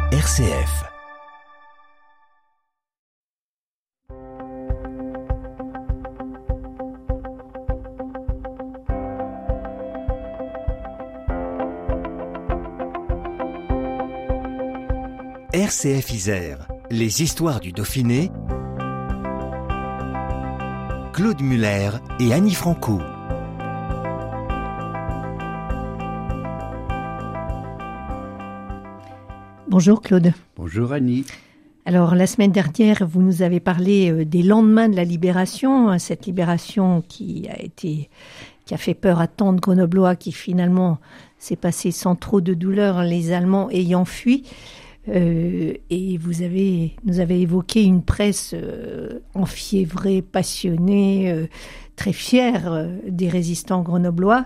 RCF. RCF Isère, les histoires du Dauphiné, Claude Muller et Annie Franco. Bonjour Claude. Bonjour Annie. Alors la semaine dernière, vous nous avez parlé des lendemains de la libération, cette libération qui a fait peur à tant de Grenoblois, qui finalement s'est passée sans trop de douleur, les Allemands ayant fui. Et nous avez évoqué une presse enfiévrée, passionnée, très fière des résistants grenoblois.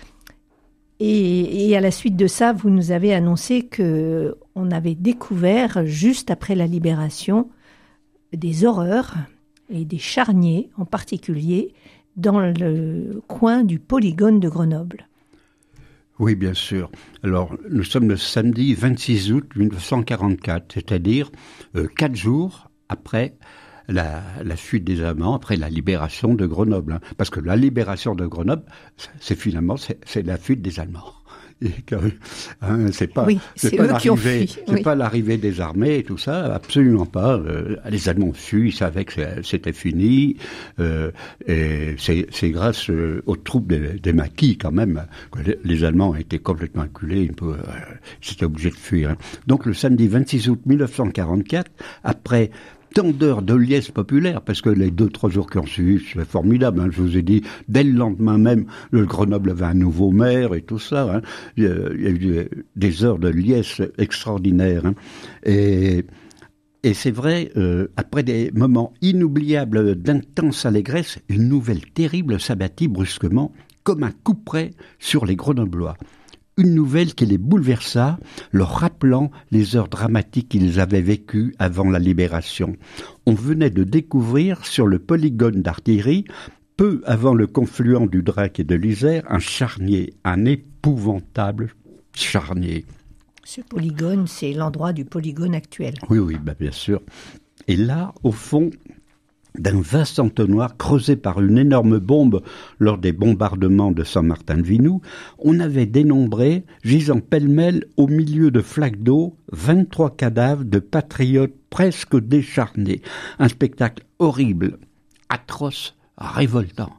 Et à la suite de ça, vous nous avez annoncé qu'on avait découvert, juste après la libération, des horreurs et des charniers en particulier dans le coin du polygone de Grenoble. Oui, bien sûr. Alors, nous sommes le samedi 26 août 1944, c'est-à-dire 4 jours après la fuite des Allemands, après la libération de Grenoble. Parce que la libération de Grenoble, c'est la fuite des Allemands. C'est pas l'arrivée des armées et tout ça, absolument pas. Les Allemands ont fui, ils savaient que c'était fini. Et c'est grâce aux troupes des maquis quand même que les Allemands ont été complètement acculés, ils étaient obligés de fuir. Donc le samedi 26 août 1944, après tant d'heures de liesse populaire, parce que les 2-3 jours qui ont suivi, c'est formidable. Je vous ai dit, dès le lendemain même, le Grenoble avait un nouveau maire et tout ça. Il y a eu des heures de liesse extraordinaires. Et c'est vrai, après des moments inoubliables d'intense allégresse, une nouvelle terrible s'abattit brusquement, comme un couperet sur les Grenoblois. Une nouvelle qui les bouleversa, leur rappelant les heures dramatiques qu'ils avaient vécues avant la libération. On venait de découvrir sur le polygone d'artillerie, peu avant le confluent du Drac et de l'Isère, un charnier, un épouvantable charnier. Ce polygone, c'est l'endroit du polygone actuel. Oui, bien sûr. Et là, au fond d'un vaste entonnoir creusé par une énorme bombe lors des bombardements de Saint-Martin-de-Vinoux, on avait dénombré, gisant pêle-mêle au milieu de flaques d'eau, 23 cadavres de patriotes presque décharnés. Un spectacle horrible, atroce, révoltant.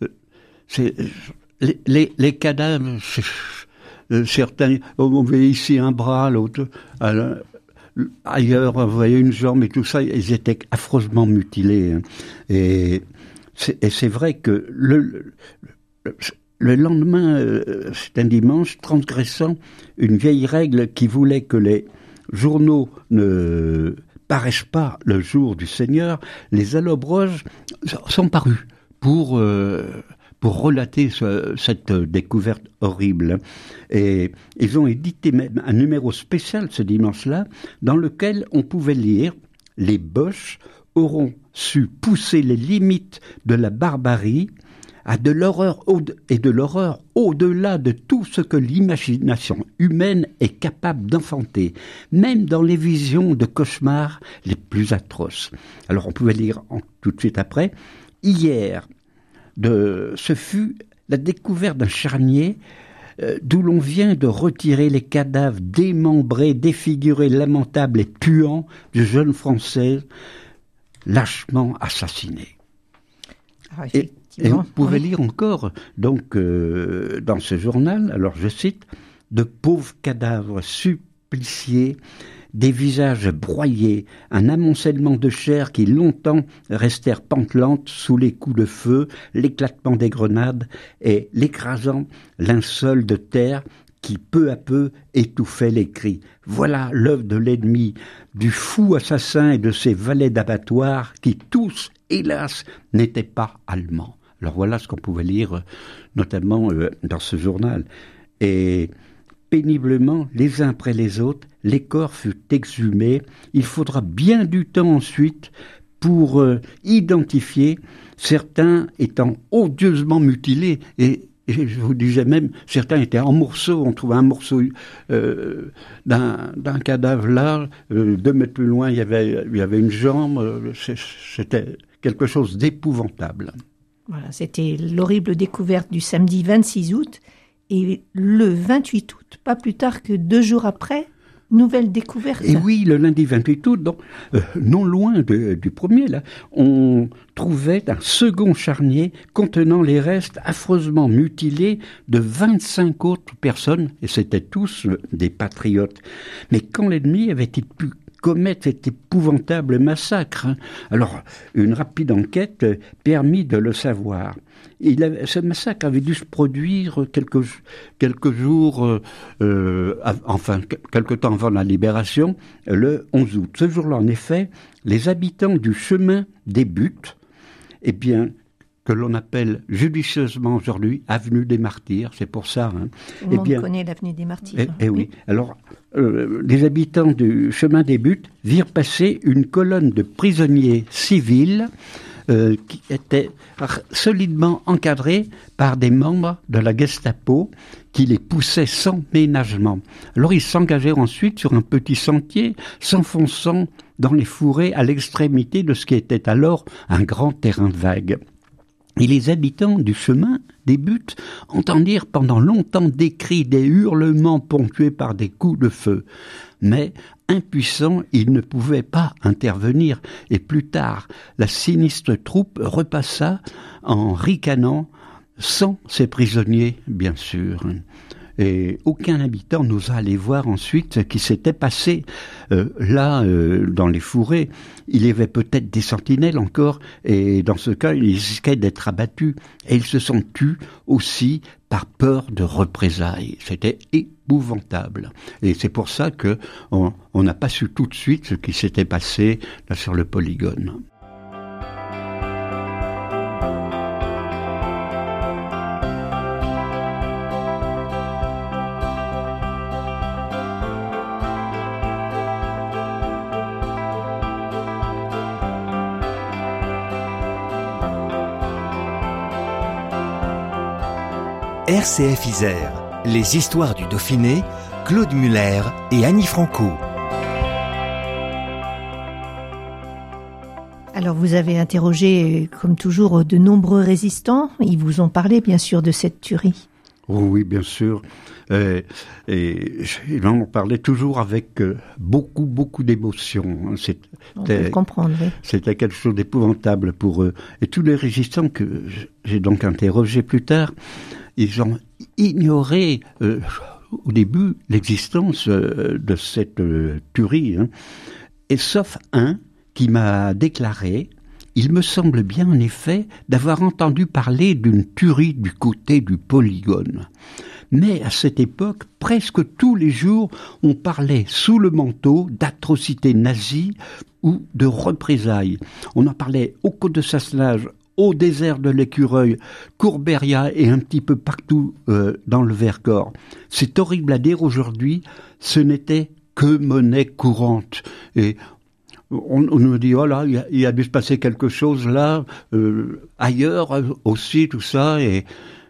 Les cadavres, certains, on voyait ici un bras, l'autre... Ailleurs, on voyait une jambe et tout ça, ils étaient affreusement mutilés. Et c'est vrai que le lendemain, c'est un dimanche, transgressant une vieille règle qui voulait que les journaux ne paraissent pas le jour du Seigneur, les allobroges sont parus pour relater cette découverte horrible. Et ils ont édité même un numéro spécial ce dimanche-là, dans lequel on pouvait lire « Les Boches auront su pousser les limites de la barbarie à de l'horreur au-delà de tout ce que l'imagination humaine est capable d'enfanter, même dans les visions de cauchemars les plus atroces. » Alors on pouvait lire tout de suite après « Hier, ce fut la découverte d'un charnier d'où l'on vient de retirer les cadavres démembrés, défigurés, lamentables et puants de jeunes Françaises lâchement assassinées. » Et vous pouvez lire encore, donc, dans ce journal, alors je cite, « De pauvres cadavres suppliciés, des visages broyés, un amoncellement de chair qui longtemps restèrent pantelantes sous les coups de feu, l'éclatement des grenades et l'écrasant linceul de terre qui peu à peu étouffait les cris. Voilà l'œuvre de l'ennemi, du fou assassin et de ses valets d'abattoir qui tous, hélas, n'étaient pas allemands. » Alors voilà ce qu'on pouvait lire notamment dans ce journal. Et péniblement, les uns après les autres, les corps furent exhumés. Il faudra bien du temps ensuite pour identifier, certains étant odieusement mutilés. Et et je vous disais même, certains étaient en morceaux. On trouvait un morceau d'un cadavre là, 2 mètres plus loin, il y avait une jambe. C'était quelque chose d'épouvantable. Voilà, c'était l'horrible découverte du samedi 26 août. Et le 28 août, pas plus tard que 2 jours après, nouvelle découverte. Et oui, le lundi 28 août, donc, non loin du premier, là, on trouvait un second charnier contenant les restes affreusement mutilés de 25 autres personnes, et c'étaient tous des patriotes. Mais quand l'ennemi avait-il pu commettre cet épouvantable massacre, hein? Alors, une rapide enquête permit de le savoir. Ce massacre avait dû se produire quelques jours, quelque temps avant la libération, le 11 août. Ce jour-là, en effet, les habitants du chemin des Buttes, eh bien, que l'on appelle judicieusement aujourd'hui avenue des Martyrs, c'est pour ça. Hein. Tout le monde connaît l'avenue des Martyrs. Oui. Alors, les habitants du chemin des Buttes virent passer une colonne de prisonniers civils qui étaient solidement encadrés par des membres de la Gestapo qui les poussaient sans ménagement. Alors ils s'engagèrent ensuite sur un petit sentier, s'enfonçant dans les fourrés à l'extrémité de ce qui était alors un grand terrain vague. Et les habitants du chemin des Buttes entendirent pendant longtemps des cris, des hurlements ponctués par des coups de feu. Mais, impuissants, ils ne pouvaient pas intervenir. Et plus tard, la sinistre troupe repassa en ricanant, sans ses prisonniers, bien sûr. Et aucun habitant n'osa aller voir ensuite ce qui s'était passé dans les fourrés. Il y avait peut-être des sentinelles encore, et dans ce cas, ils risquaient d'être abattus. Et ils se sont tus aussi par peur de représailles. C'était épouvantable. Et c'est pour ça que on n'a pas su tout de suite ce qui s'était passé là sur le polygone. RCF Isère, les histoires du Dauphiné, Claude Muller et Annie Franco. Alors vous avez interrogé, comme toujours, de nombreux résistants. Ils vous ont parlé, bien sûr, de cette tuerie. Oh oui, bien sûr. Et ils en parlaient toujours avec beaucoup d'émotion. On peut le comprendre, oui. C'était quelque chose d'épouvantable pour eux. Et tous les résistants que j'ai donc interrogés plus tard, ils ont ignoré au début l'existence de cette tuerie. Hein. Et sauf un qui m'a déclaré: il me semble bien en effet d'avoir entendu parler d'une tuerie du côté du polygone. Mais à cette époque, presque tous les jours, on parlait sous le manteau d'atrocités nazies ou de représailles. On en parlait au Côte de Sassenage, au désert de l'Écureuil, Courberia et un petit peu partout dans le Vercors. C'est horrible à dire aujourd'hui, ce n'était que monnaie courante. Et on nous dit, voilà, il a dû se passer quelque chose là, ailleurs aussi, tout ça, et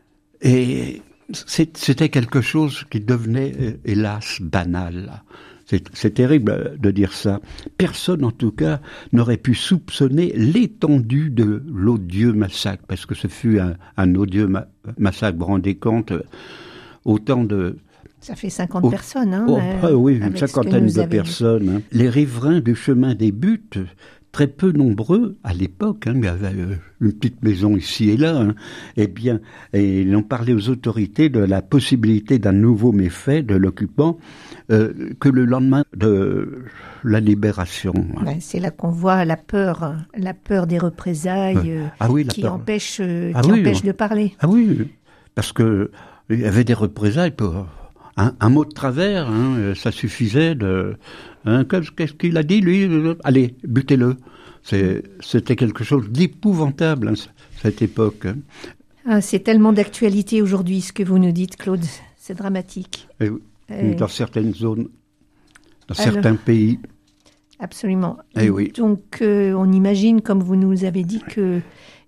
c'était quelque chose qui devenait, hélas, banal. C'est terrible de dire ça. Personne, en tout cas, n'aurait pu soupçonner l'étendue de l'odieux massacre, parce que ce fut un odieux massacre. Vous vous rendez compte, autant de... Ça fait 50 personnes, hein. Oui, une cinquantaine de personnes. Hein. Les riverains du chemin des Buttes, très peu nombreux à l'époque, hein, il y avait une petite maison ici et là, hein, et ils ont parlé aux autorités de la possibilité d'un nouveau méfait de l'occupant que le lendemain de la libération. Ben, c'est là qu'on voit la peur des représailles qui empêche de parler. Ah oui, parce que il y avait des représailles pour un mot de travers, hein, ça suffisait de... Hein, qu'est-ce qu'il a dit, lui? Allez, butez-le. C'était quelque chose d'épouvantable, hein, cette époque. Hein. Ah, c'est tellement d'actualité aujourd'hui, ce que vous nous dites, Claude. C'est dramatique. Dans certaines zones, dans certains pays. Absolument. Oui. Donc, on imagine, comme vous nous avez dit, que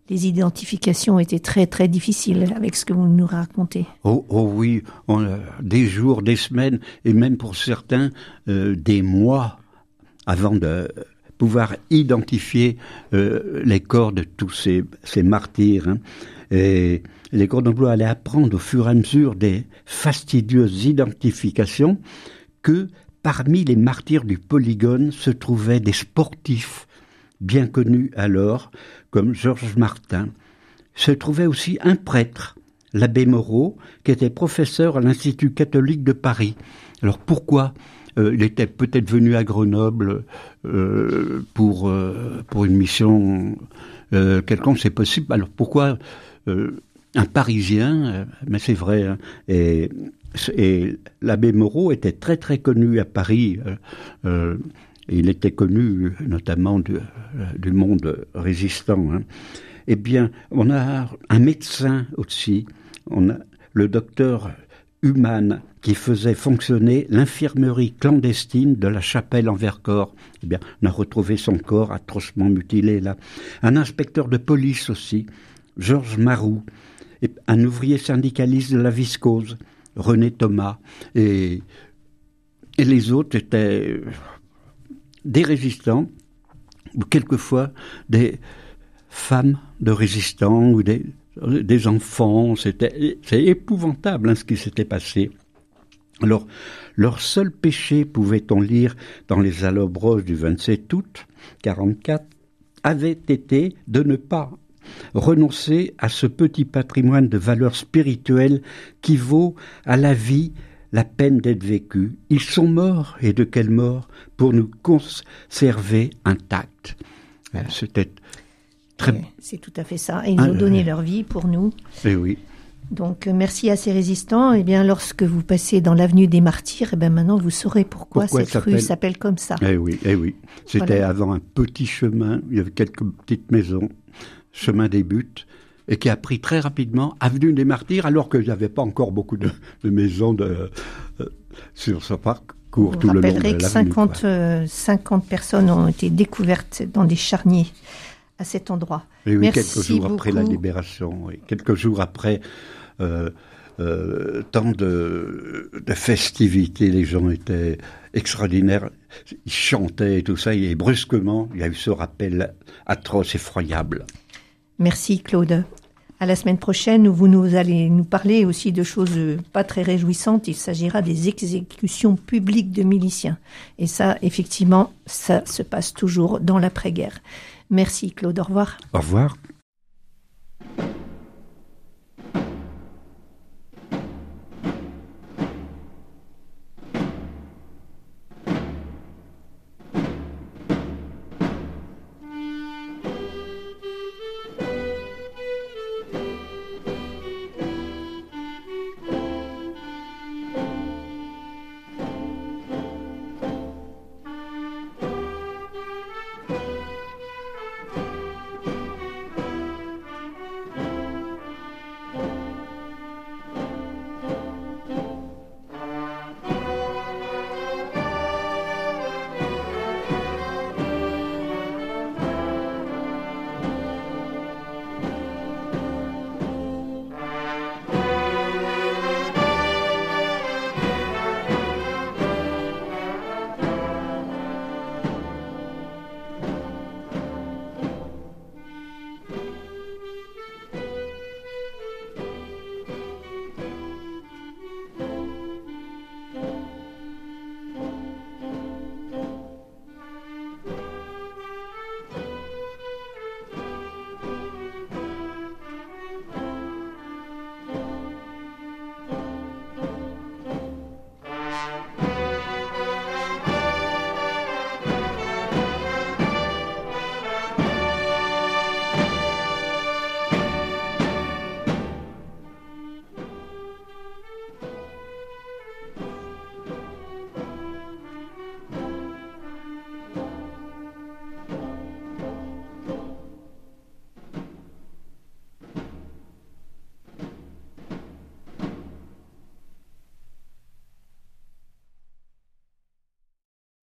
les identifications étaient très très difficiles avec ce que vous nous racontez. Oh oui, des jours, des semaines, et même pour certains, des mois avant de pouvoir identifier les corps de tous ces martyrs. Hein. Et les Grenoblois allaient apprendre au fur et à mesure des fastidieuses identifications que parmi les martyrs du Polygone se trouvaient des sportifs bien connus alors, comme Georges Martin. Se trouvait aussi un prêtre, l'abbé Moreau, qui était professeur à l'Institut catholique de Paris. Alors pourquoi il était peut-être venu à Grenoble pour une mission quelconque, c'est possible. Alors pourquoi un Parisien, mais c'est vrai, hein, et l'abbé Moreau était très très connu à Paris. Il était connu notamment du monde résistant. Hein. Eh bien, on a un médecin aussi, on a le docteur Humann, qui faisait fonctionner l'infirmerie clandestine de la chapelle en Vercors. Eh bien, on a retrouvé son corps atrocement mutilé là. Un inspecteur de police aussi, Georges Maroux, et un ouvrier syndicaliste de la viscose, René Thomas, et les autres étaient des résistants, ou quelquefois des femmes de résistants, ou des enfants. C'est épouvantable hein, ce qui s'était passé. Alors, leur seul péché, pouvait-on lire dans les allobroges du 27 août 1944, avait été de ne pas renoncer à ce petit patrimoine de valeurs spirituelles qui vaut à la vie la peine d'être vécue. Ils sont morts, et de quelle mort, pour nous conserver intacts. C'était très... C'est tout à fait ça. Et ils ont donné leur vie pour nous. Eh oui. Donc, merci à ces résistants. Eh bien, lorsque vous passez dans l'avenue des Martyrs, eh bien, maintenant, vous saurez pourquoi cette rue s'appelle comme ça. Eh oui, eh oui. C'était avant un petit chemin. Il y avait quelques petites maisons. Chemin des Buttes. Et qui a pris très rapidement avenue des Martyrs, alors qu'il n'y avait pas encore beaucoup de maisons sur ce parcours tout le long de l'avenue. Je rappellerai que 50 personnes ont été découvertes dans des charniers à cet endroit. Et oui, merci quelques jours beaucoup. après la libération, oui. Quelques jours après tant de festivités, les gens étaient extraordinaires, ils chantaient et tout ça, et brusquement, il y a eu ce rappel atroce, effroyable. Merci Claude. À la semaine prochaine, où vous allez nous parler aussi de choses pas très réjouissantes. Il s'agira des exécutions publiques de miliciens. Et ça, effectivement, ça se passe toujours dans l'après-guerre. Merci Claude, au revoir. Au revoir.